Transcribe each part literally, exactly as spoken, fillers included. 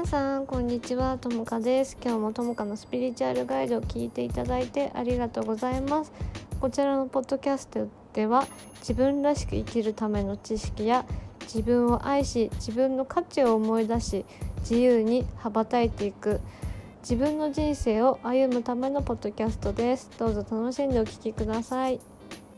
皆さんこんにちは、ともかです。今日もともかのスピリチュアルガイドを聞いていただいてありがとうございます。こちらのポッドキャストでは自分らしく生きるための知識や自分を愛し自分の価値を思い出し自由に羽ばたいていく自分の人生を歩むためのポッドキャストです。どうぞ楽しんでお聞きください。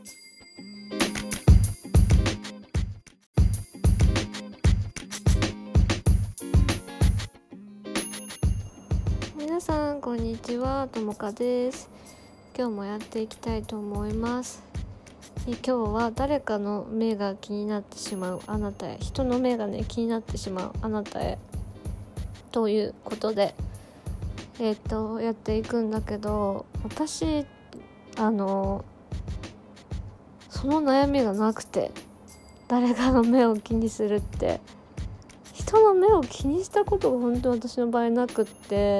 皆さんこんにちは、ともかです。今日もやっていきたいと思います。今日は誰かの目が気になってしまうあなたへ、人の目がね気になってしまうあなたへということでえっとやっていくんだけど、私あのその悩みがなくて、誰かの目を気にするって人の目を気にしたことが本当に私の場合なくって、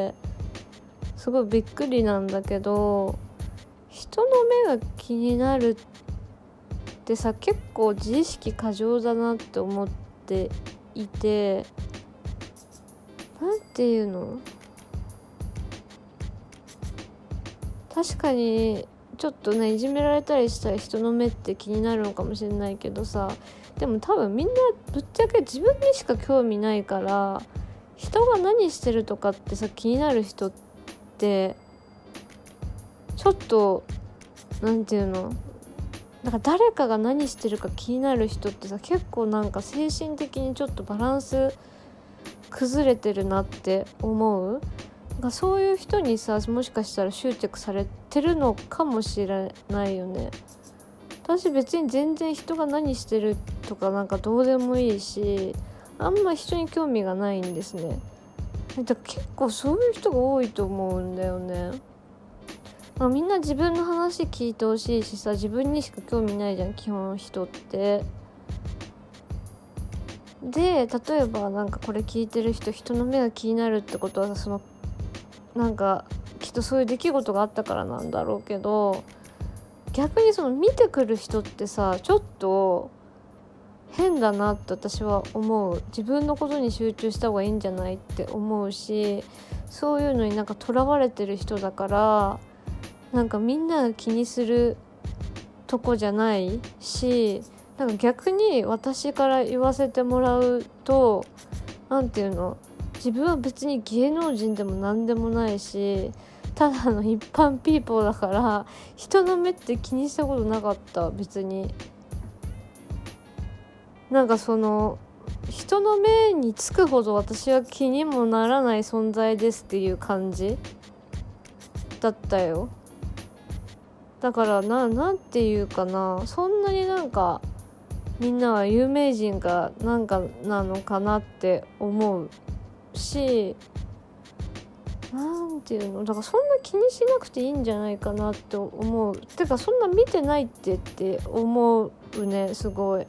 すごいびっくりなんだけど、人の目が気になるってさ、結構自意識過剰だなって思っていて、なんていうの、確かにちょっとねいじめられたりしたら人の目って気になるのかもしれないけどさ、でも多分みんなぶっちゃけ自分にしか興味ないから、人が何してるとかってさ気になる人ってちょっとなんていうの、なんか誰かが何してるか気になる人ってさ、結構なんか精神的にちょっとバランス崩れてるなって思う。なんかそういう人にさ、もしかしたら執着されてるのかもしれないよね。私別に全然人が何してるとかなんかどうでもいいし、あんま人に興味がないんですね。だから結構そういう人が多いと思うんだよね。まあ、みんな自分の話聞いてほしいしさ、自分にしか興味ないじゃん基本人って。で例えばなんかこれ聞いてる人、人の目が気になるってことはさ、そのなんかきっとそういう出来事があったからなんだろうけど、逆にその見てくる人ってさ、ちょっと変だなって私は思う。自分のことに集中した方がいいんじゃないって思うし、そういうのになんかとらわれてる人だから、なんかみんなが気にするとこじゃないし、なんか逆に私から言わせてもらうと、なんていうの、自分は別に芸能人でも何でもないし、ただの一般ピーポーだから、人の目って気にしたことなかった。別になんかその人の目につくほど私は気にもならない存在ですっていう感じだったよ。だからな、なんていうかな、そんなになんかみんなは有名人がなんかなのかなって思うし、なんていうの、だからそんな気にしなくていいんじゃないかなって思う。てかそんな見てないってって思うね、すごい。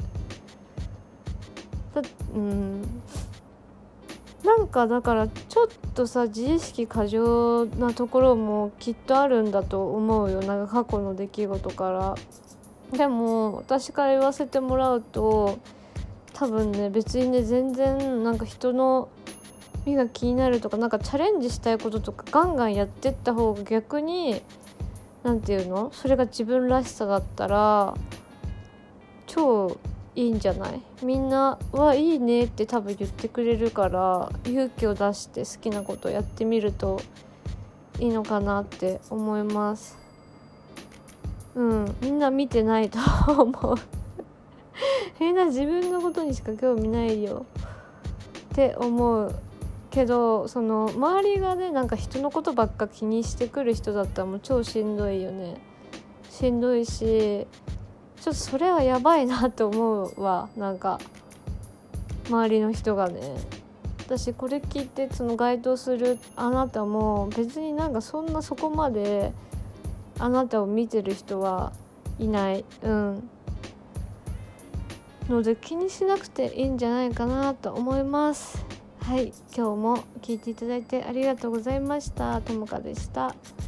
だうんなんかだからちょっとさ、自意識過剰なところもきっとあるんだと思うよ。なんか過去の出来事から。でも私から言わせてもらうと、多分ね別にね全然なんか人の目が気になるとか、なんかチャレンジしたいこととかガンガンやってった方が逆になんていうの、それが自分らしさだったら超いいんじゃない。みんなはいいねって多分言ってくれるから、勇気を出して好きなことをやってみるといいのかなって思います。うんみんな見てないと思うみんな自分のことにしか興味ないよって思うけど、その周りがねなんか人のことばっか気にしてくる人だったらもう超しんどいよね。しんどいし、ちょっとそれはやばいなって思うわ。なんか周りの人がね、私これ聞いてその該当するあなたも別になんかそんなそこまであなたを見てる人はいないうんので、気にしなくていいんじゃないかなと思います。はい、今日も聞いていただいてありがとうございました。ともかでした。